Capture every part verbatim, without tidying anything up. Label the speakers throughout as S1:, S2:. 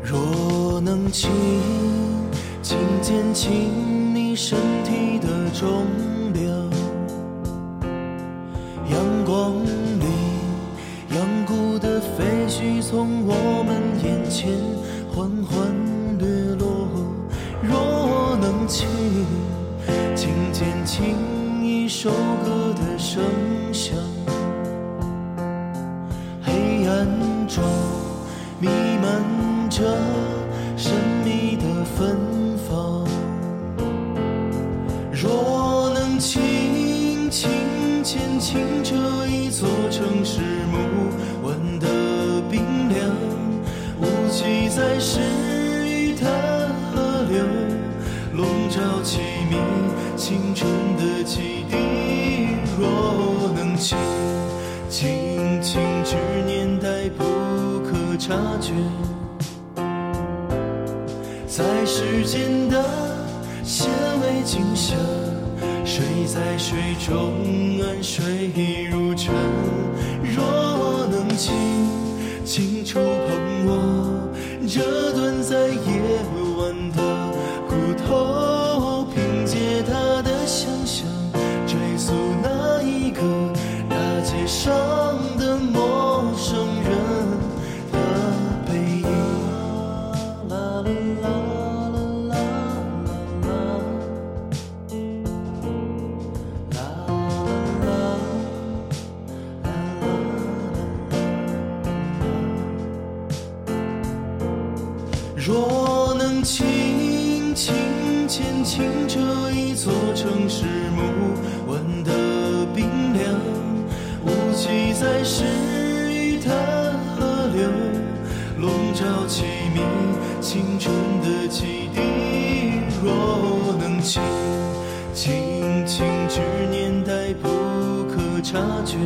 S1: 若能轻轻减轻你身体的重量，阳光里扬骨的废墟从我们眼前缓缓掠落。若能轻轻减轻一首歌的声响，黑暗中弥漫着神秘的芬芳。若能轻轻减轻这一座城市木纹的冰凉，无际在诗与它河流笼罩起你青春的基地。若能轻轻轻至年代不可察觉，在时间的纤维镜下，水在水中安睡如尘。若能轻轻触碰我这顿在夜晚的骨头，凭借他的想象追溯那一个大街上的陌生人的背影。啦啦啦啦啦啦啦啦。若能轻轻减轻这一座城市木纹的冰凉，无际在诗与它河流笼罩起你青春的基地。若能轻轻轻至年代不可察觉，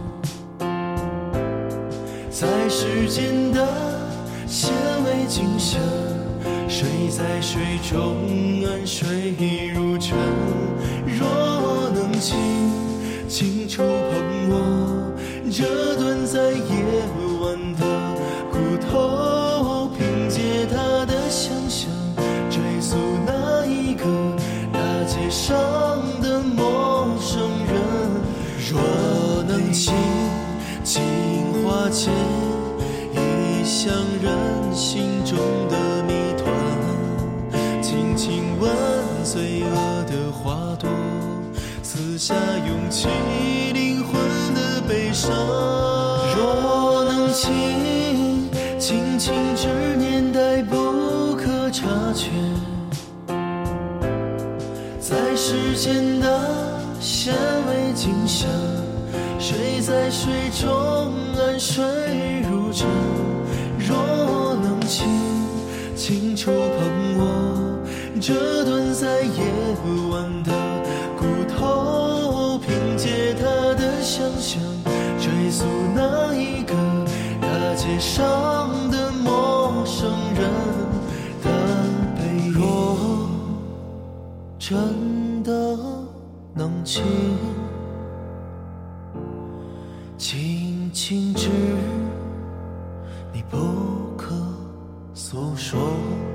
S1: 在时间的纤维镜下，水在水中安睡如尘。若能轻轻触碰我这顿在夜晚的骨头，凭借他的想象追溯那一个大街上的陌生人。若能轻轻化解异乡人心中的谜团，轻轻吻罪恶的花朵，撕下勇气灵魂的悲伤。若能轻轻轻至年代不可察觉，在时间的纤维镜下，水在水中安睡如尘。若能轻轻触碰我这顿在夜晚的骨头，凭借他的想象追溯那一个大街上的陌生人的背影。若真的能轻轻轻至你不可诉说。